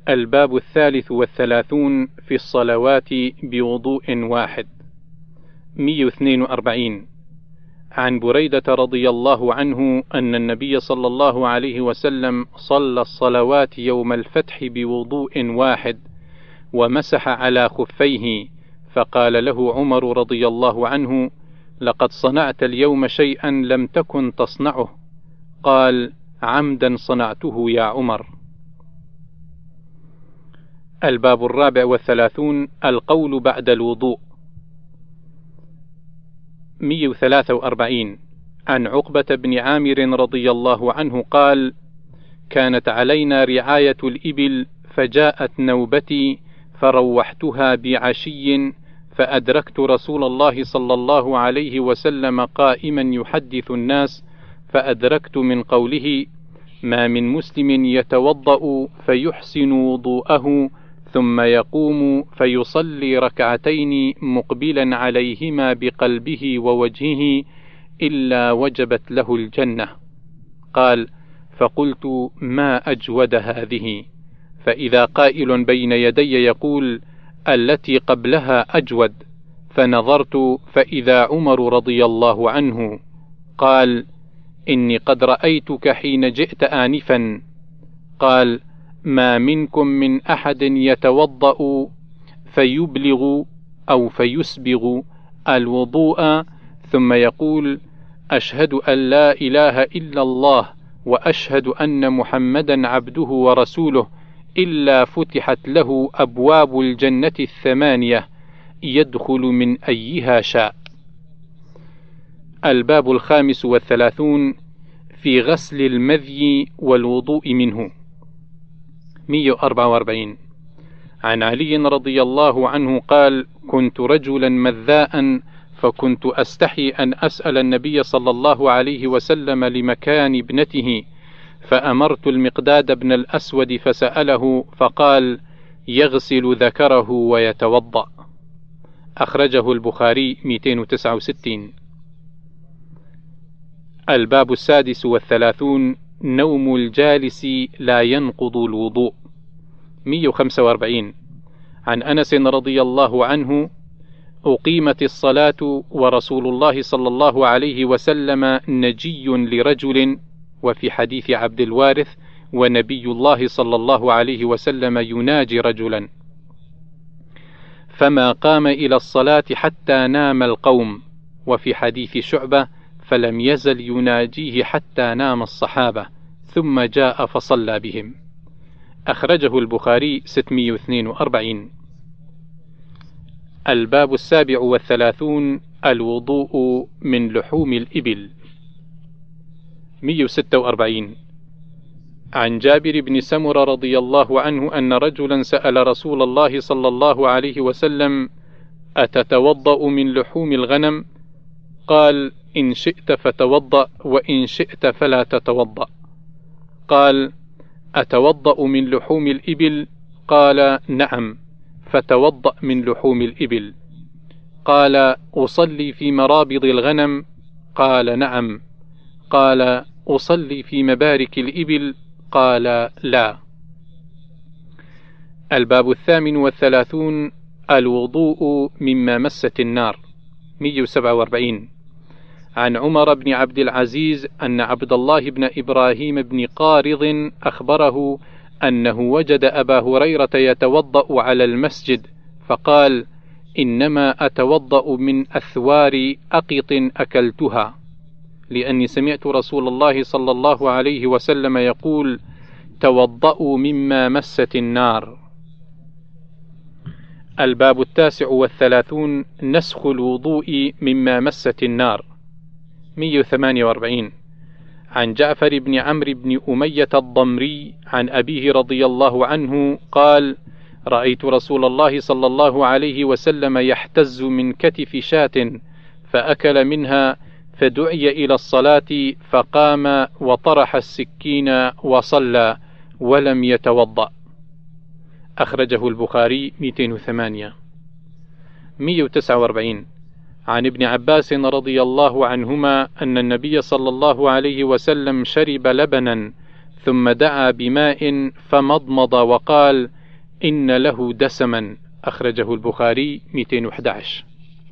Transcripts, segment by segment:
الباب 33 في الصلوات بوضوء واحد. 142. عن بريدة رضي الله عنه أن النبي صلى الله عليه وسلم صلى الصلوات يوم الفتح بوضوء واحد ومسح على خفيه، فقال له عمر رضي الله عنه: لقد صنعت اليوم شيئا لم تكن تصنعه. قال: عمدا صنعته يا عمر. الباب 34 القول بعد الوضوء. 143. عن عقبة بن عامر رضي الله عنه قال: كانت علينا رعاية الإبل، فجاءت نوبتي فروحتها بعشي، فأدركت رسول الله صلى الله عليه وسلم قائما يحدث الناس، فأدركت من قوله: ما من مسلم يتوضأ فيحسن وضوءه ثم يقوم فيصلي ركعتين مقبلا عليهما بقلبه ووجهه إلا وجبت له الجنة. قال: فقلت: ما أجود هذه؟ فإذا قائل بين يدي يقول: التي قبلها أجود. فنظرت فإذا عمر رضي الله عنه قال: إني قد رأيتك حين جئت آنفا. قال: ما منكم من أحد يتوضأ فيبلغ أو فيسبغ الوضوء ثم يقول: أشهد أن لا إله إلا الله وأشهد أن محمدا عبده ورسوله، إلا فتحت له أبواب الجنة 8 يدخل من أيها شاء. الباب 35 في غسل المذي والوضوء منه. 144. عن علي رضي الله عنه قال: كنت رجلا مذاء، فكنت أستحي أن أسأل النبي صلى الله عليه وسلم لمكان ابنته، فأمرت المقداد بن الأسود فسأله، فقال: يغسل ذكره ويتوضأ. أخرجه البخاري 269. الباب 36 نوم الجالس لا ينقض الوضوء. 145. عن أنس رضي الله عنه: أقيمت الصلاة ورسول الله صلى الله عليه وسلم نجي لرجل، وفي حديث عبد الوارث: ونبي الله صلى الله عليه وسلم يناجي رجلا، فما قام إلى الصلاة حتى نام القوم، وفي حديث شعبة: فلم يزل يناجيه حتى نام الصحابة ثم جاء فصلى بهم. أخرجه البخاري 642. الباب 37 الوضوء من لحوم الإبل. 146. عن جابر بن سمرة رضي الله عنه أن رجلا سأل رسول الله صلى الله عليه وسلم: أتتوضأ من لحوم الغنم؟ قال: إن شئت فتوضأ وإن شئت فلا تتوضأ. قال: أتوضأ من لحوم الإبل؟ قال: نعم. فتوضأ من لحوم الإبل. قال: أصلي في مرابض الغنم؟ قال: نعم. قال: أصلي في مبارك الإبل؟ قال: لا. الباب 38 الوضوء مما مست النار. 147. عن عمر بن عبد العزيز أن عبد الله بن إبراهيم بن قارض أخبره أنه وجد أبا هريرة يتوضأ على المسجد، فقال: إنما أتوضأ من أثوار أقط أكلتها، لأني سمعت رسول الله صلى الله عليه وسلم يقول: توضأوا مما مست النار. الباب 39 نسخ الوضوء مما مست النار. 148. عن جعفر بن عمرو بن أمية الضمري عن أبيه رضي الله عنه قال: رأيت رسول الله صلى الله عليه وسلم يحتز من كتف شاة فأكل منها، فدعي إلى الصلاة فقام وطرح السكين وصلى ولم يتوضأ. أخرجه البخاري 208. 149. عن ابن عباس رضي الله عنهما أن النبي صلى الله عليه وسلم شرب لبنا ثم دعا بماء فمضمض وقال: إن له دسما، أخرجه البخاري 211.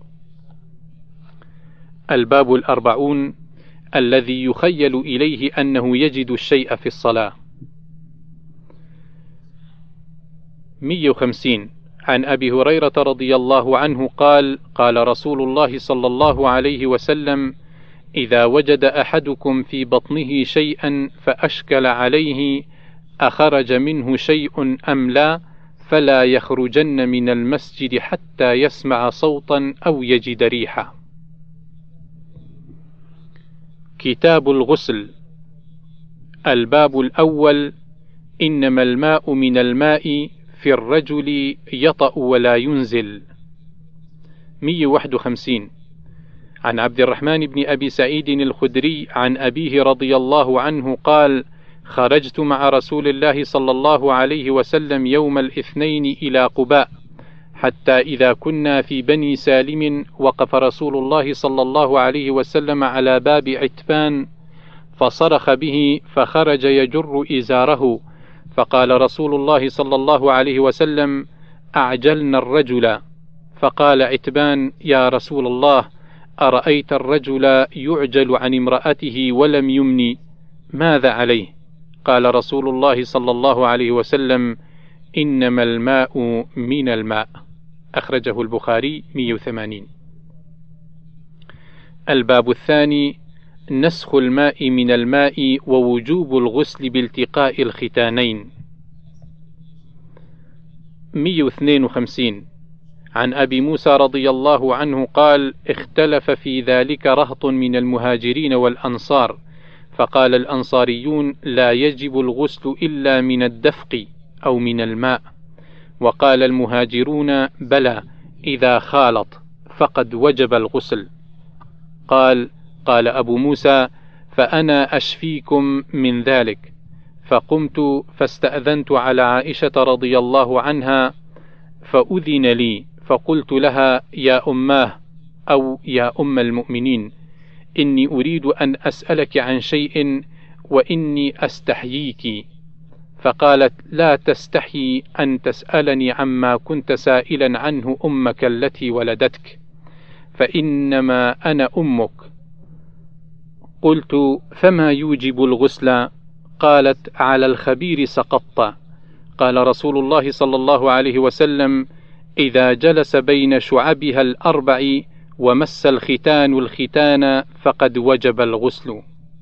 الباب 40 الذي يخيل إليه أنه يجد الشيء في الصلاة. 150 عن أبي هريرة رضي الله عنه قال: قال رسول الله صلى الله عليه وسلم: إذا وجد أحدكم في بطنه شيئا فأشكل عليه أخرج منه شيء أم لا، فلا يخرجن من المسجد حتى يسمع صوتا أو يجد ريحة. كتاب الغسل. الباب الأول: إنما الماء من الماء في الرجل يطأ ولا ينزل. 151 عن عبد الرحمن بن أبي سعيد الخدري عن أبيه رضي الله عنه قال: خرجت مع رسول الله صلى الله عليه وسلم يوم الاثنين إلى قباء، حتى إذا كنا في بني سالم وقف رسول الله صلى الله عليه وسلم على باب عتبان فصرخ به فخرج يجر إزاره، فقال رسول الله صلى الله عليه وسلم: أعجلنا الرجل. فقال عتبان: يا رسول الله، أرأيت الرجل يعجل عن امرأته ولم يمني، ماذا عليه؟ قال رسول الله صلى الله عليه وسلم: إنما الماء من الماء، أخرجه البخاري 180. الباب الثاني: نسخ الماء من الماء ووجوب الغسل بالتقاء الختانين. 152 عن أبي موسى رضي الله عنه قال: اختلف في ذلك رهط من المهاجرين والأنصار، فقال الأنصاريون: لا يجب الغسل إلا من الدفق أو من الماء، وقال المهاجرون: بلى إذا خالط فقد وجب الغسل. قال أبو موسى: فأنا أشفيكم من ذلك. فقمت فاستأذنت على عائشة رضي الله عنها فأذن لي، فقلت لها: يا أماه أو يا أم المؤمنين، إني أريد أن أسألك عن شيء وإني أستحييك. فقالت: لا تستحي أن تسألني عما كنت سائلا عنه أمك التي ولدتك، فإنما أنا أمك. قلت: فما يوجب الغسل؟ قالت: على الخبير سقطت. قال رسول الله صلى الله عليه وسلم: إذا جلس بين شعبها الأربع ومس الختان الختان فقد وجب الغسل.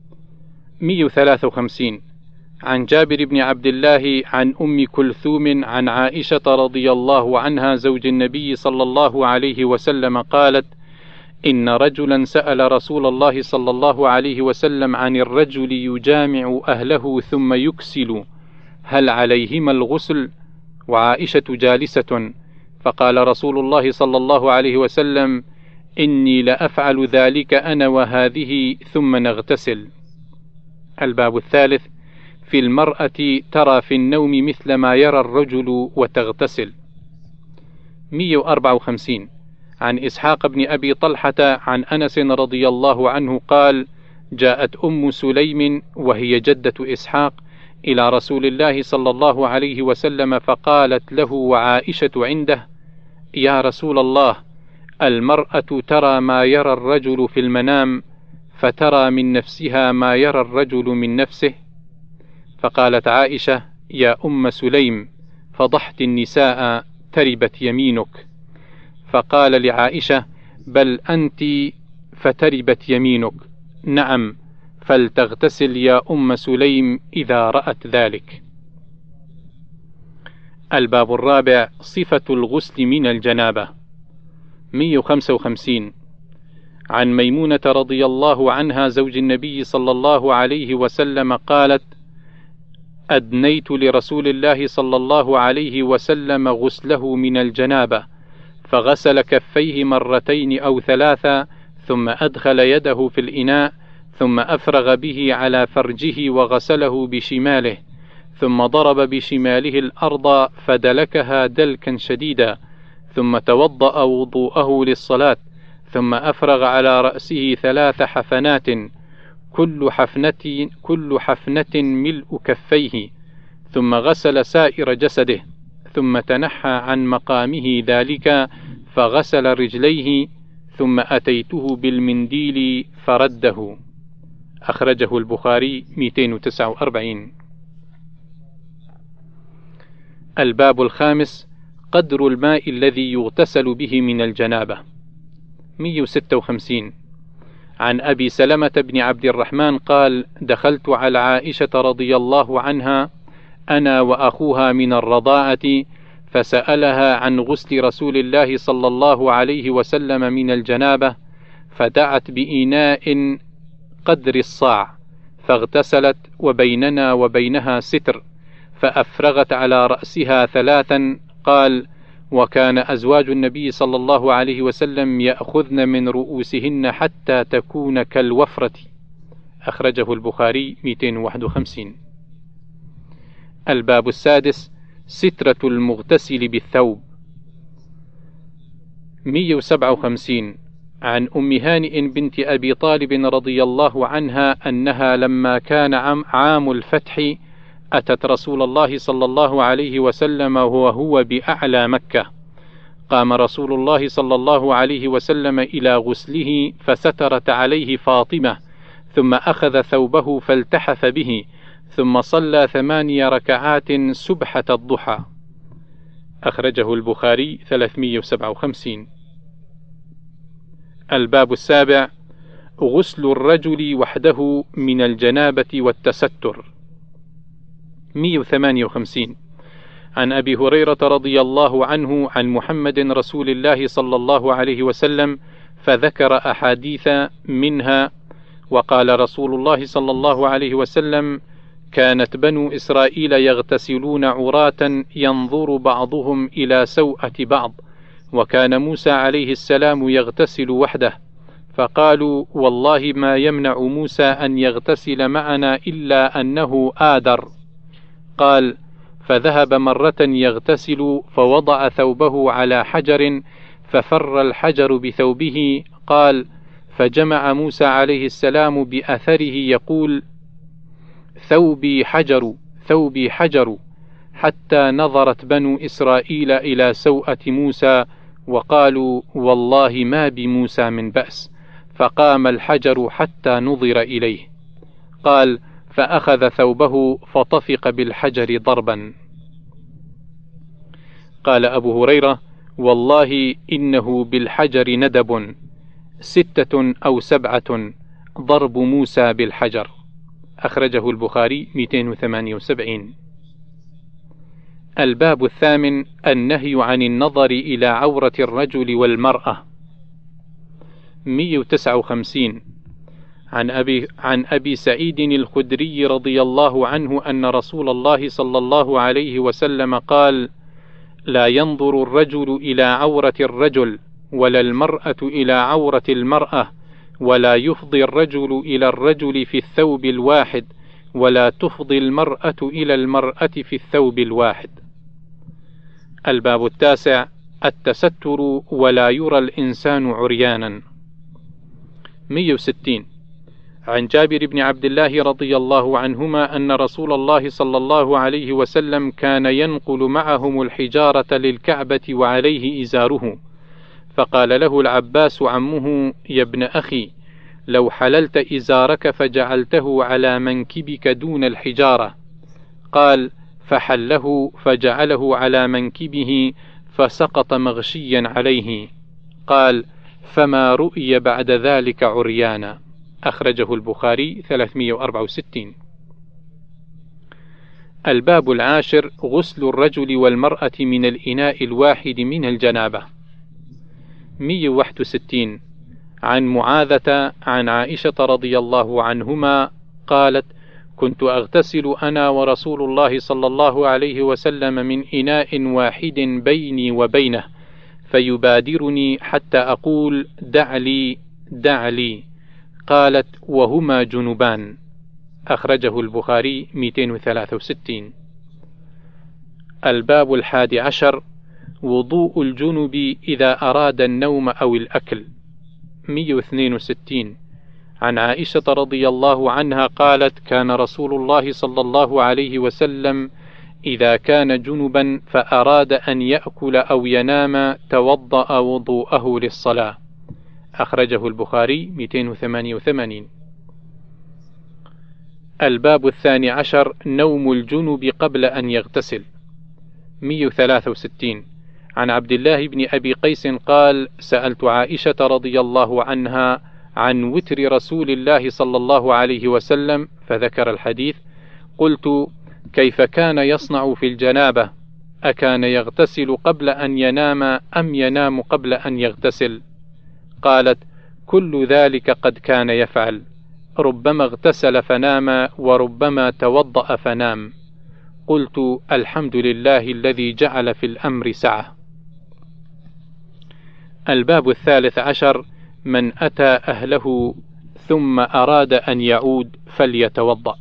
153 عن جابر بن عبد الله عن أم كلثوم عن عائشة رضي الله عنها زوج النبي صلى الله عليه وسلم قالت: إن رجلا سأل رسول الله صلى الله عليه وسلم عن الرجل يجامع أهله ثم يكسل، هل عليهما الغسل؟ وعائشة جالسة، فقال رسول الله صلى الله عليه وسلم: إني لأفعل ذلك أنا وهذه ثم نغتسل. الباب الثالث: في المرأة ترى في النوم مثل ما يرى الرجل وتغتسل. 154 عن إسحاق بن أبي طلحة عن أنس رضي الله عنه قال: جاءت أم سليم وهي جدة إسحاق إلى رسول الله صلى الله عليه وسلم فقالت له وعائشة عنده: يا رسول الله، المرأة ترى ما يرى الرجل في المنام، فترى من نفسها ما يرى الرجل من نفسه. فقالت عائشة: يا أم سليم، فضحت النساء، تربت يمينك. فقال لعائشة: بل أنت فتربت يمينك، نعم، فلتغتسل يا أم سليم إذا رأت ذلك. الباب الرابع: صفة الغسل من الجنابة. 155 عن ميمونة رضي الله عنها زوج النبي صلى الله عليه وسلم قالت: أدنيت لرسول الله صلى الله عليه وسلم غسله من الجنابة، فغسل كفيه مرتين أو ثلاثا، ثم أدخل يده في الإناء، ثم أفرغ به على فرجه وغسله بشماله، ثم ضرب بشماله الأرض فدلكها دلكا شديدا، ثم توضأ وضوءه للصلاة، ثم أفرغ على رأسه 3 حفنات، كل حفنة ملء كفيه، ثم غسل سائر جسده، ثم تنحى عن مقامه ذلك فغسل رجليه، ثم أتيته بالمنديل فرده. أخرجه البخاري 249. الباب الخامس: قدر الماء الذي يغتسل به من الجنابة. 156. عن أبي سلمة بن عبد الرحمن قال: دخلت على عائشة رضي الله عنها أنا وأخوها من الرضاعة، فسألها عن غسل رسول الله صلى الله عليه وسلم من الجنابة، فدعت بإناء قدر الصاع فاغتسلت، وبيننا وبينها ستر، فأفرغت على رأسها 3. قال: وكان أزواج النبي صلى الله عليه وسلم يأخذن من رؤوسهن حتى تكون كالوفرة. أخرجه البخاري 251. الباب السادس: سترة المغتسل بالثوب. 157. عن أم هانئ بنت أبي طالب رضي الله عنها أنها لما كان عام الفتح أتت رسول الله صلى الله عليه وسلم وهو بأعلى مكة، قام رسول الله صلى الله عليه وسلم إلى غسله فسترت عليه فاطمة، ثم أخذ ثوبه فالتحف به، ثم صلى 8 ركعات سبحة الضحى. أخرجه البخاري 357. الباب السابع: غسل الرجل وحده من الجنابة والتستر. 158. عن أبي هريرة رضي الله عنه عن محمد رسول الله صلى الله عليه وسلم فذكر أحاديث منها: وقال رسول الله صلى الله عليه وسلم: كانت بنو إسرائيل يغتسلون عراة ينظر بعضهم إلى سوءة بعض، وكان موسى عليه السلام يغتسل وحده، فقالوا: والله ما يمنع موسى أن يغتسل معنا إلا أنه آدر. قال: فذهب مرة يغتسل فوضع ثوبه على حجر ففر الحجر بثوبه. قال: فجمع موسى عليه السلام بأثره يقول: ثوبي حجر ثوبي حجر، حتى نظرت بنو إسرائيل إلى سوءة موسى وقالوا: والله ما بموسى من بأس، فقام الحجر حتى نظر إليه. قال: فأخذ ثوبه فطفق بالحجر ضربا. قال أبو هريرة: والله إنه بالحجر ندب 6 أو 7 ضرب موسى بالحجر. أخرجه البخاري 278. الباب الثامن: النهي عن النظر إلى عورة الرجل والمرأة. 159. عن أبي سعيد الخدري رضي الله عنه أن رسول الله صلى الله عليه وسلم قال: لا ينظر الرجل إلى عورة الرجل، ولا المرأة إلى عورة المرأة، ولا يفضي الرجل إلى الرجل في الثوب الواحد، ولا تفضي المرأة إلى المرأة في الثوب الواحد. الباب التاسع: التستر ولا يرى الإنسان عريانا. 160. عن جابر بن عبد الله رضي الله عنهما أن رسول الله صلى الله عليه وسلم كان ينقل معهم الحجارة للكعبة وعليه إزاره، فقال له العباس عمه: يا ابن أخي، لو حللت إزارك فجعلته على منكبك دون الحجارة. قال: فحله فجعله على منكبه فسقط مغشيا عليه. قال: فما رؤي بعد ذلك عريانا. أخرجه البخاري 364. الباب العاشر: غسل الرجل والمرأة من الإناء الواحد من الجنابة. 161. عن معاذة عن عائشة رضي الله عنهما قالت: كنت أغتسل أنا ورسول الله صلى الله عليه وسلم من إناء واحد بيني وبينه، فيبادرني حتى أقول: دع لي دع لي. قالت: وهما جنبان. أخرجه البخاري 263. الباب 11: وضوء الجنب إذا أراد النوم أو الأكل. 162. عن عائشة رضي الله عنها قالت: كان رسول الله صلى الله عليه وسلم إذا كان جنبا فأراد أن يأكل أو ينام توضأ وضوءه للصلاة. أخرجه البخاري 288. الباب 12 نوم الجنب قبل أن يغتسل. 163 عن عبد الله بن أبي قيس قال: سألت عائشة رضي الله عنها عن وتر رسول الله صلى الله عليه وسلم فذكر الحديث. قلت: كيف كان يصنع في الجنابة؟ أكان يغتسل قبل أن ينام أم ينام قبل أن يغتسل؟ قالت: كل ذلك قد كان يفعل، ربما اغتسل فنام وربما توضأ فنام. قلت: الحمد لله الذي جعل في الأمر سعة. الباب 13 من أتى أهله ثم أراد أن يعود فليتوضأ.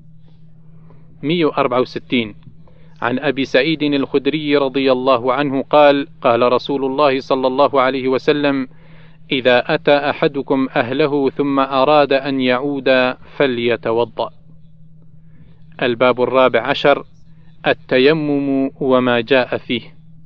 164 عن أبي سعيد الخدري رضي الله عنه قال: قال رسول الله صلى الله عليه وسلم: إذا أتى أحدكم أهله ثم أراد أن يعود فليتوضأ. الباب 14 التيمم وما جاء فيه.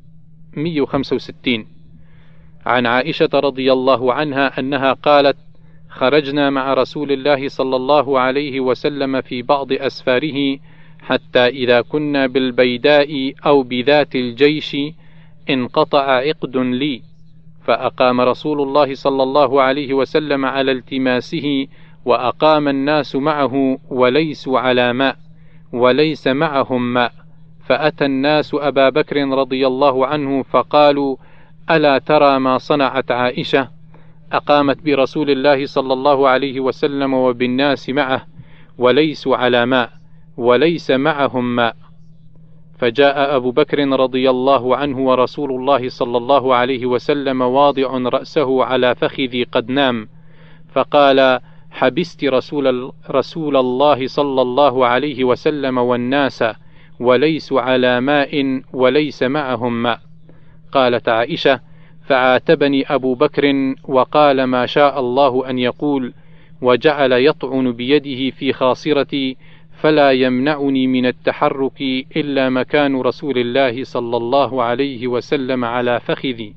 165 عن عائشة رضي الله عنها أنها قالت: خرجنا مع رسول الله صلى الله عليه وسلم في بعض أسفاره حتى إذا كنا بالبيداء أو بذات الجيش انقطع عقد لي، فأقام رسول الله صلى الله عليه وسلم على التماسه، وأقام الناس معه وليسوا على ماء وليس معهم ماء، فأتى الناس أبا بكر رضي الله عنه فقالوا: ألا ترى ما صنعت عائشة؟ أقامت برسول الله صلى الله عليه وسلم وبالناس معه وليسوا على ماء وليس معهم ماء. فجاء أبو بكر رضي الله عنه ورسول الله صلى الله عليه وسلم واضع رأسه على فخذي قد نام، فقال: حبست رسول الله صلى الله عليه وسلم والناس وليسوا على ماء وليس معهم ماء. قالت عائشة: فعاتبني أبو بكر وقال ما شاء الله أن يقول، وجعل يطعن بيده في خاصرتي، فلا يمنعني من التحرك إلا مكان رسول الله صلى الله عليه وسلم على فخذي.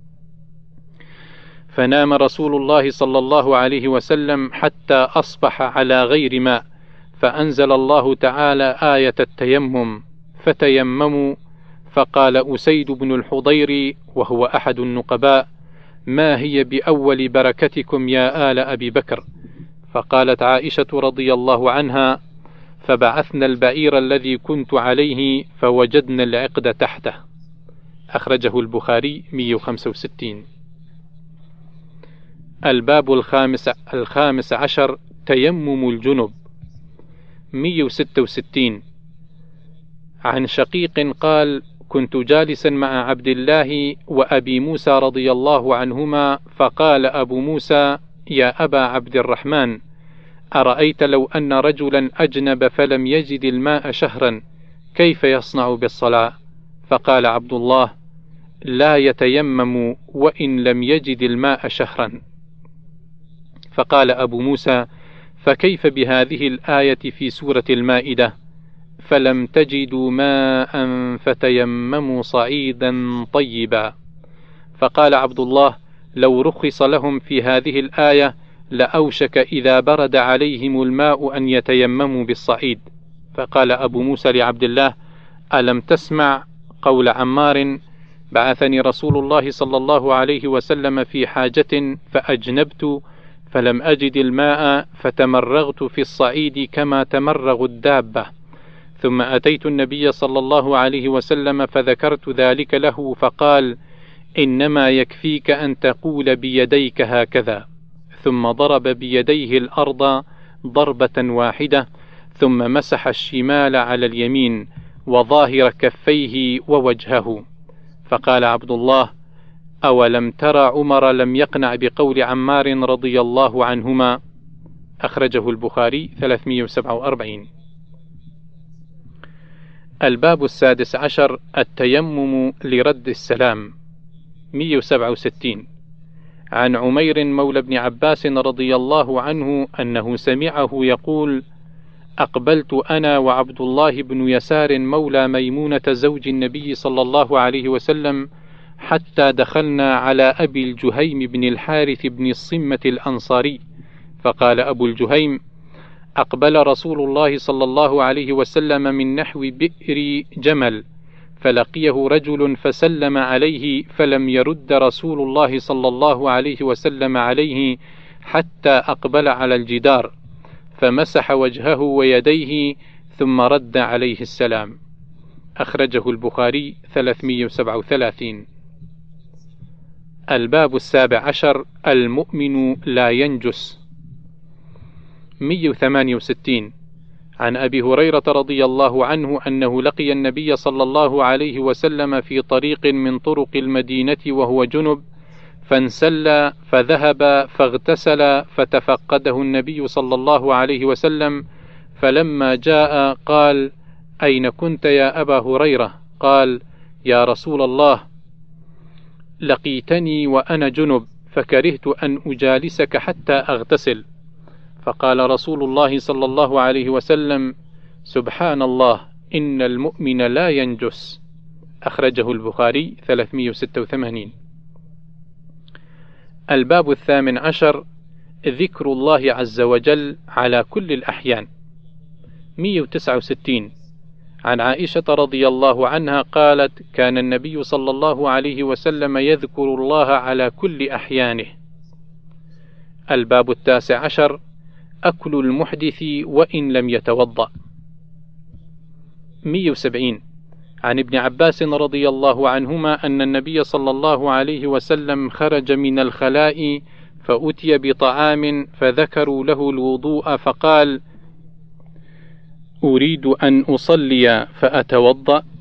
فنام رسول الله صلى الله عليه وسلم حتى أصبح على غير ماء، فأنزل الله تعالى آية التيمم: فتيمموا. فقال أسيد بن الحضير وهو أحد النقباء: ما هي بأول بركتكم يا آل أبي بكر؟ فقالت عائشة رضي الله عنها: فبعثنا البعير الذي كنت عليه فوجدنا العقد تحته. أخرجه البخاري 165. الباب 15 تيمم الجنب. 166 عن شقيق قال: كنت جالسا مع عبد الله وأبي موسى رضي الله عنهما، فقال أبو موسى: يا أبا عبد الرحمن، أرأيت لو أن رجلا أجنب فلم يجد الماء شهرا كيف يصنع بالصلاة؟ فقال عبد الله: لا يتيمم وإن لم يجد الماء شهرا. فقال أبو موسى: فكيف بهذه الآية في سورة المائدة: فلم تجدوا ماء فتيمموا صعيدا طيبا؟ فقال عبد الله: لو رخص لهم في هذه الآية لأوشك إذا برد عليهم الماء أن يتيمموا بالصعيد. فقال أبو موسى لعبد الله: ألم تسمع قول عمار: بعثني رسول الله صلى الله عليه وسلم في حاجة فأجنبت فلم أجد الماء فتمرغت في الصعيد كما تمرغ الدابة، ثم أتيت النبي صلى الله عليه وسلم فذكرت ذلك له، فقال: إنما يكفيك أن تقول بيديك هكذا، ثم ضرب بيديه الأرض ضربة واحدة، ثم مسح الشمال على اليمين وظاهر كفيه ووجهه. فقال عبد الله: أولم ترى عمر لم يقنع بقول عمار رضي الله عنهما؟ أخرجه البخاري 347. الباب 16 التيمم لرد السلام. 167 عن عمير مولى بن عباس رضي الله عنه أنه سمعه يقول: أقبلت أنا وعبد الله بن يسار مولى ميمونة زوج النبي صلى الله عليه وسلم حتى دخلنا على أبي الجهيم بن الحارث بن الصمة الأنصاري، فقال أبو الجهيم: أقبل رسول الله صلى الله عليه وسلم من نحو بئر جمل، فلقيه رجل فسلم عليه، فلم يرد رسول الله صلى الله عليه وسلم عليه حتى أقبل على الجدار، فمسح وجهه ويديه ثم رد عليه السلام. أخرجه البخاري 337. الباب 17: المؤمن لا ينجس. 168. عن أبي هريرة رضي الله عنه أنه لقي النبي صلى الله عليه وسلم في طريق من طرق المدينة وهو جنب، فانسلى فذهب فاغتسل، فتفقده النبي صلى الله عليه وسلم، فلما جاء قال: أين كنت يا أبا هريرة؟ قال: يا رسول الله، لقيتني وأنا جنب، فكرهت أن أجالسك حتى أغتسل. فقال رسول الله صلى الله عليه وسلم: سبحان الله، إن المؤمن لا ينجس. أخرجه البخاري 386. الباب 18: ذكر الله عز وجل على كل الأحيان. 169. عن عائشة رضي الله عنها قالت: كان النبي صلى الله عليه وسلم يذكر الله على كل أحيانه. الباب 19: أكل المحدث وإن لم يتوضأ. 170. عن ابن عباس رضي الله عنهما أن النبي صلى الله عليه وسلم خرج من الخلاء فأتي بطعام فذكروا له الوضوء، فقال: أريد أن أصلي فأتوضأ،